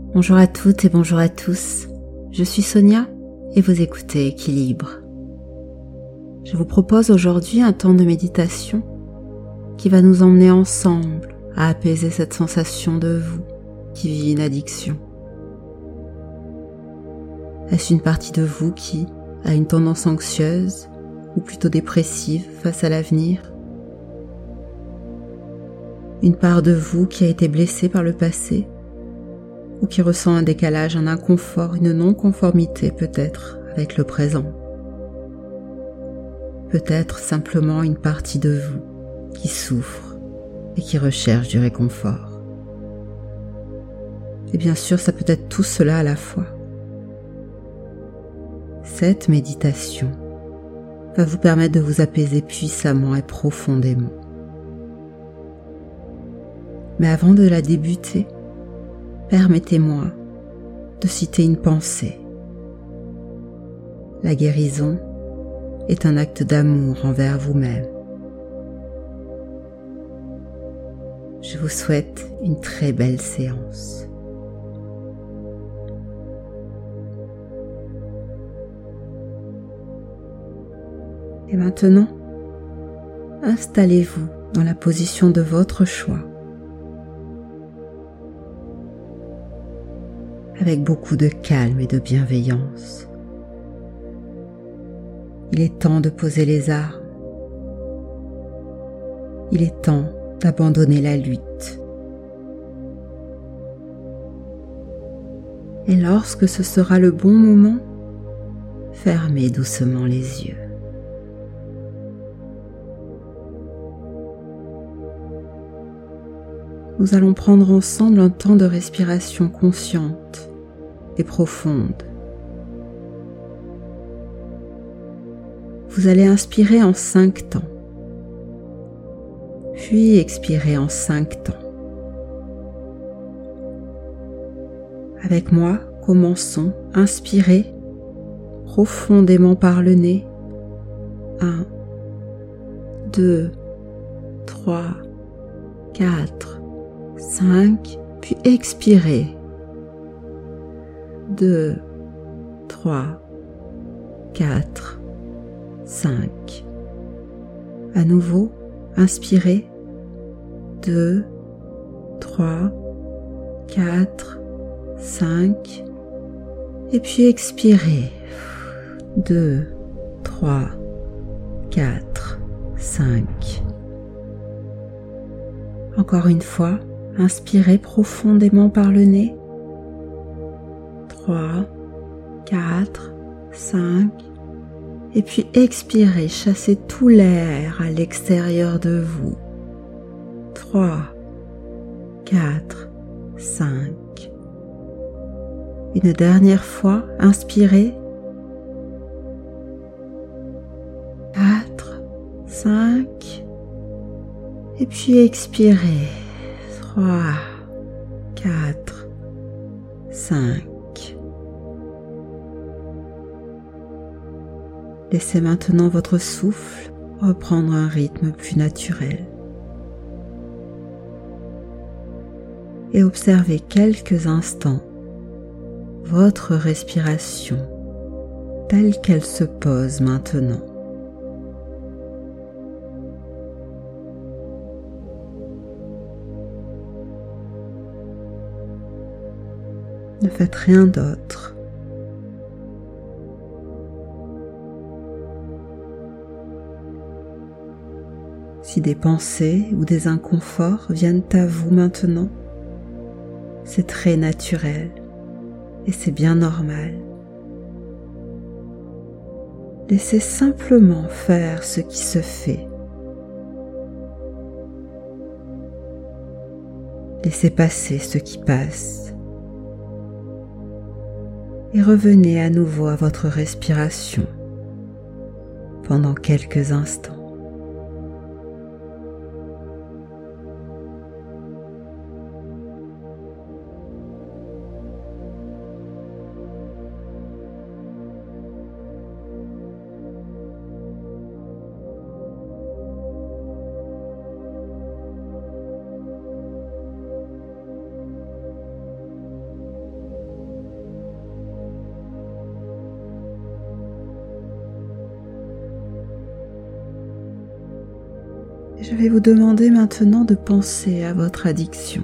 Bonjour à toutes et bonjour à tous, je suis Sonia et vous écoutez Équilibre. Je vous propose aujourd'hui un temps de méditation qui va nous emmener ensemble à apaiser cette sensation de vous qui vit une addiction. Est-ce une partie de vous qui a une tendance anxieuse ou plutôt dépressive face à l'avenir? Une part de vous qui a été blessée par le passé ou qui ressent un décalage, un inconfort, une non-conformité peut-être avec le présent. Peut-être simplement une partie de vous qui souffre et qui recherche du réconfort. Et bien sûr, ça peut être tout cela à la fois. Cette méditation va vous permettre de vous apaiser puissamment et profondément. Mais avant de la débuter, permettez-moi de citer une pensée. La guérison est un acte d'amour envers vous-même. Je vous souhaite une très belle séance. Et maintenant, installez-vous dans la position de votre choix, avec beaucoup de calme et de bienveillance. Il est temps de poser les armes. Il est temps d'abandonner la lutte. Et lorsque ce sera le bon moment, fermez doucement les yeux. Nous allons prendre ensemble un temps de respiration consciente et profonde. Vous allez inspirer en 5 temps, puis expirer en 5 temps. Avec moi, commençons. Inspirez profondément par le nez. 1, 2, 3, 4, 5, puis expirez. 2, 3, 4, 5. À nouveau, inspirez. 2, 3, 4, 5. Et puis expirez. 2, 3, 4, 5. Encore une fois, inspirez profondément par le nez. 3, 4, 5. Et puis expirez, chassez tout l'air à l'extérieur de vous. 3, 4, 5. Une dernière fois, inspirez. 4, 5. Et puis expirez. 3, 4, 5. Laissez maintenant votre souffle reprendre un rythme plus naturel. Et observez quelques instants votre respiration telle qu'elle se pose maintenant. Ne faites rien d'autre. Si des pensées ou des inconforts viennent à vous maintenant, c'est très naturel et c'est bien normal. Laissez simplement faire ce qui se fait. Laissez passer ce qui passe. Et revenez à nouveau à votre respiration pendant quelques instants. Je vais vous demander maintenant de penser à votre addiction.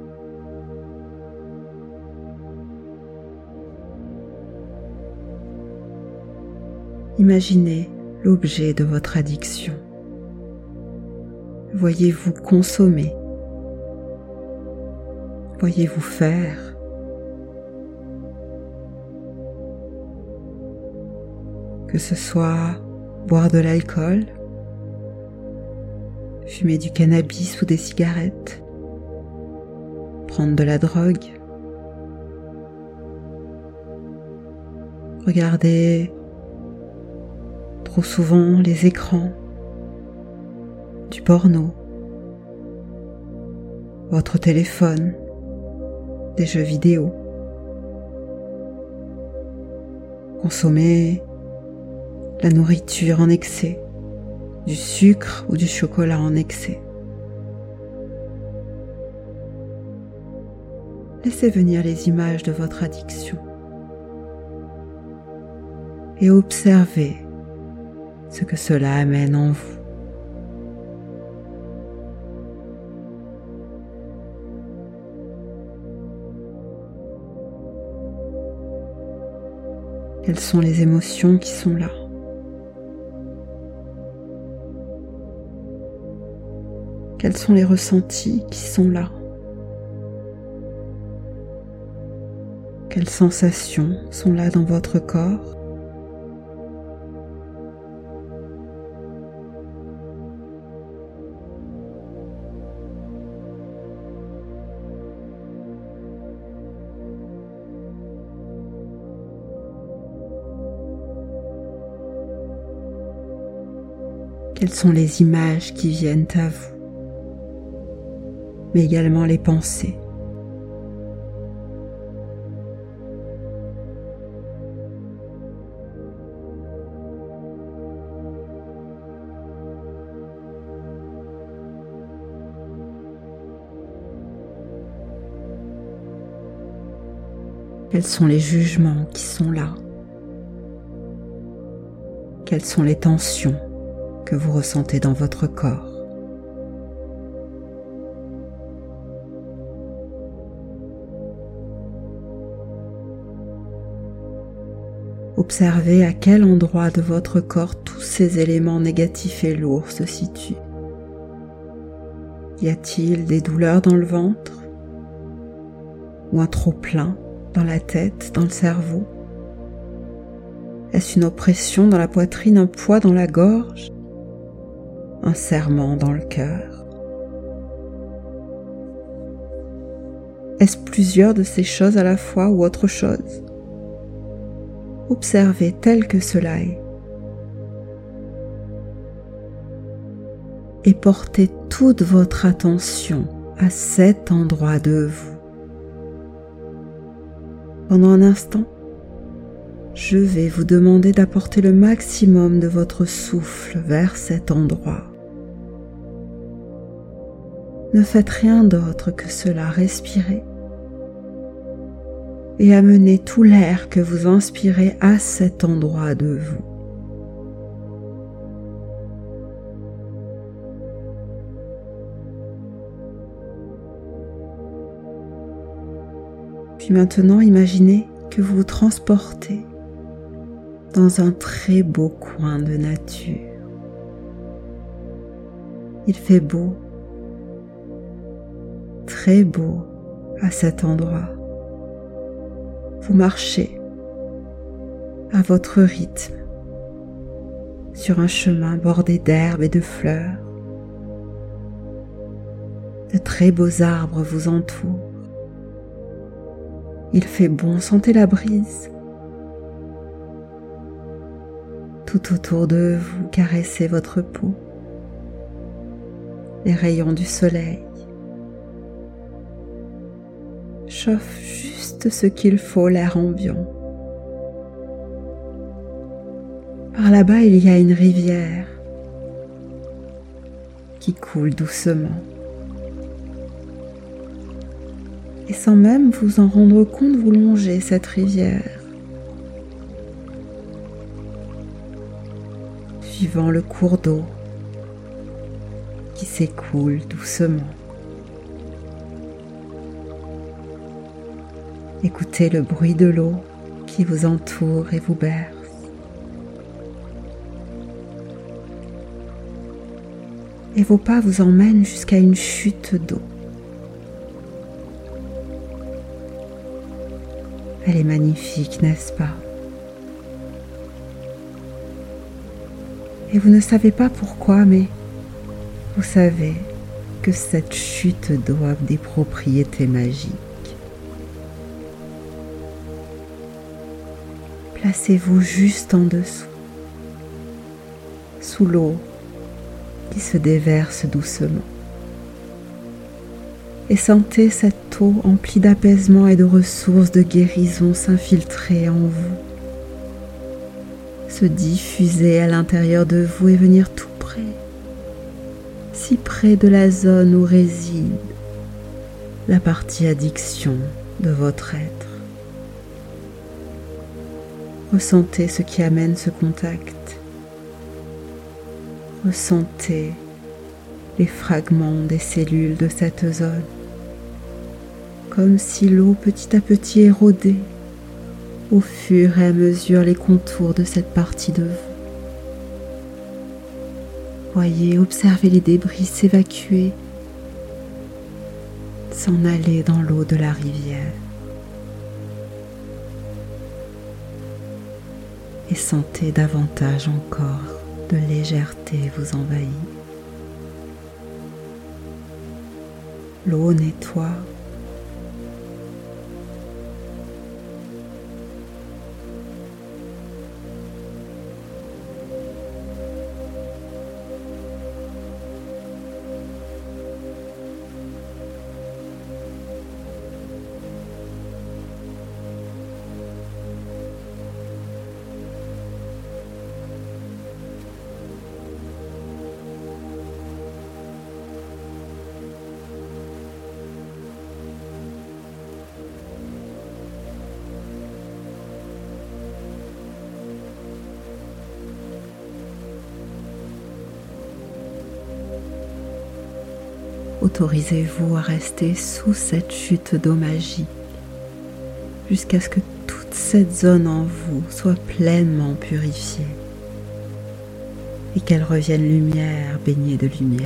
Imaginez l'objet de votre addiction. Voyez-vous consommer? Voyez-vous faire? Que ce soit boire de l'alcool, fumer du cannabis ou des cigarettes, prendre de la drogue, regarder trop souvent les écrans, du porno, votre téléphone, des jeux vidéo, consommer la nourriture en excès, du sucre ou du chocolat en excès. Laissez venir les images de votre addiction et observez ce que cela amène en vous. Quelles sont les émotions qui sont là? Quels sont les ressentis qui sont là? Quelles sensations sont là dans votre corps? Quelles sont les images qui viennent à vous, mais également les pensées? Quels sont les jugements qui sont là? Quelles sont les tensions que vous ressentez dans votre corps? Observez à quel endroit de votre corps tous ces éléments négatifs et lourds se situent. Y a-t-il des douleurs dans le ventre? Ou un trop-plein dans la tête, dans le cerveau? Est-ce une oppression dans la poitrine, un poids dans la gorge? Un serrement dans le cœur? Est-ce plusieurs de ces choses à la fois ou autre chose? Observez tel que cela est et portez toute votre attention à cet endroit de vous. Pendant un instant, je vais vous demander d'apporter le maximum de votre souffle vers cet endroit. Ne faites rien d'autre que cela, respirez et amenez tout l'air que vous inspirez à cet endroit de vous. Puis maintenant, imaginez que vous vous transportez dans un très beau coin de nature. Il fait beau, très beau à cet endroit. Vous marchez à votre rythme sur un chemin bordé d'herbes et de fleurs. De très beaux arbres vous entourent. Il fait bon, sentez la brise. Tout autour de vous, caressez votre peau. Les rayons du soleil chauffent juste ce qu'il faut, l'air ambiant. Par là-bas, il y a une rivière qui coule doucement. Et sans même vous en rendre compte, vous longez cette rivière, suivant le cours d'eau qui s'écoule doucement. Écoutez le bruit de l'eau qui vous entoure et vous berce. Et vos pas vous emmènent jusqu'à une chute d'eau. Elle est magnifique, n'est-ce pas? Et vous ne savez pas pourquoi, mais vous savez que cette chute d'eau a des propriétés magiques. Placez-vous juste en dessous, sous l'eau qui se déverse doucement. Et sentez cette eau emplie d'apaisement et de ressources de guérison s'infiltrer en vous, se diffuser à l'intérieur de vous et venir tout près, si près de la zone où réside la partie addiction de votre être. Ressentez ce qui amène ce contact. Ressentez les fragments des cellules de cette zone, comme si l'eau petit à petit érodait au fur et à mesure les contours de cette partie de vous. Voyez, observez les débris s'évacuer, s'en aller dans l'eau de la rivière. Et sentez davantage encore de légèreté vous envahir. L'eau nettoie. Autorisez-vous à rester sous cette chute d'eau magique jusqu'à ce que toute cette zone en vous soit pleinement purifiée et qu'elle revienne lumière, baignée de lumière.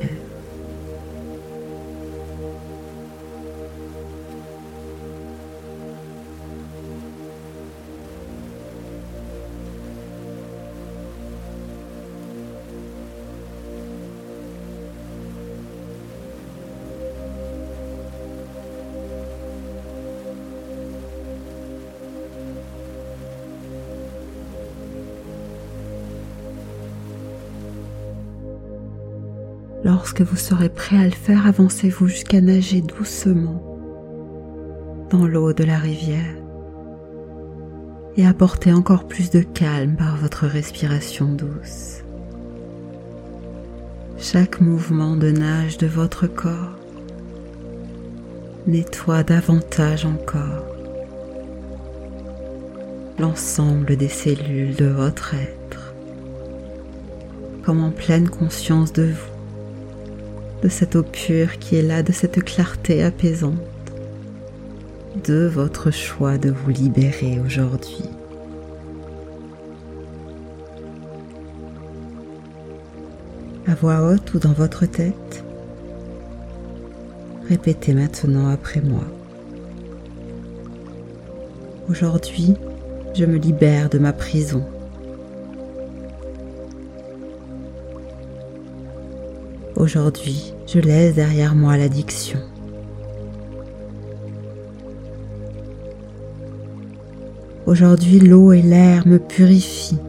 Lorsque vous serez prêt à le faire, avancez-vous jusqu'à nager doucement dans l'eau de la rivière et apportez encore plus de calme par votre respiration douce. Chaque mouvement de nage de votre corps nettoie davantage encore l'ensemble des cellules de votre être, comme en pleine conscience de vous, de cette eau pure qui est là, de cette clarté apaisante, de votre choix de vous libérer aujourd'hui. À voix haute ou dans votre tête, répétez maintenant après moi. Aujourd'hui, je me libère de ma prison. Aujourd'hui, je laisse derrière moi l'addiction. Aujourd'hui, l'eau et l'air me purifient.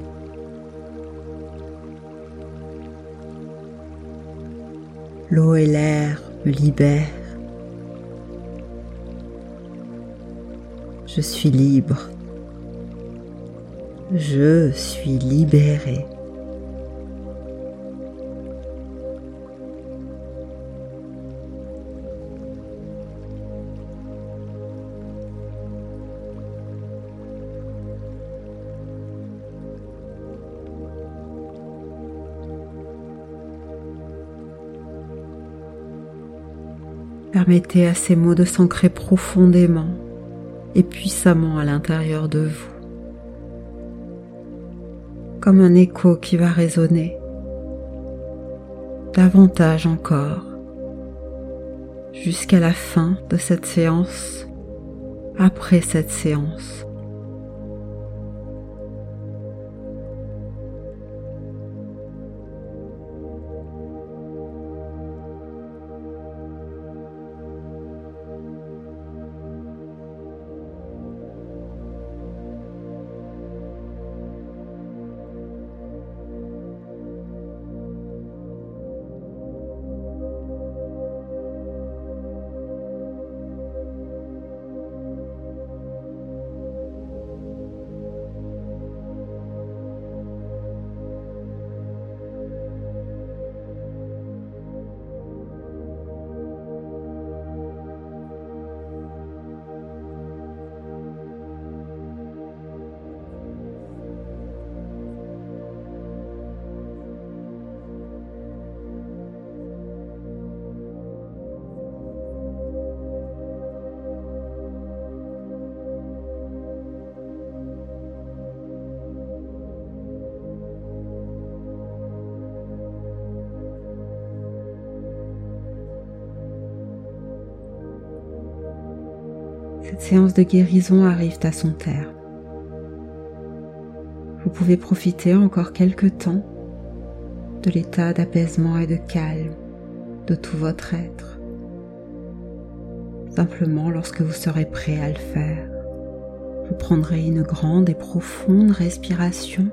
L'eau et l'air me libèrent. Je suis libre. Je suis libéré. Permettez à ces mots de s'ancrer profondément et puissamment à l'intérieur de vous, comme un écho qui va résonner davantage encore jusqu'à la fin de cette séance, après cette séance. Cette séance de guérison arrive à son terme. Vous pouvez profiter encore quelque temps de l'état d'apaisement et de calme de tout votre être. Simplement, lorsque vous serez prêt à le faire, vous prendrez une grande et profonde respiration,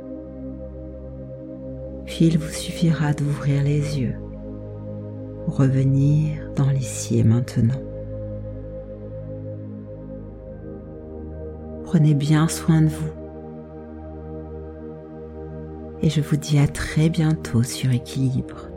puis il vous suffira d'ouvrir les yeux pour revenir dans l'ici et maintenant. Prenez bien soin de vous et je vous dis à très bientôt sur Équilibre.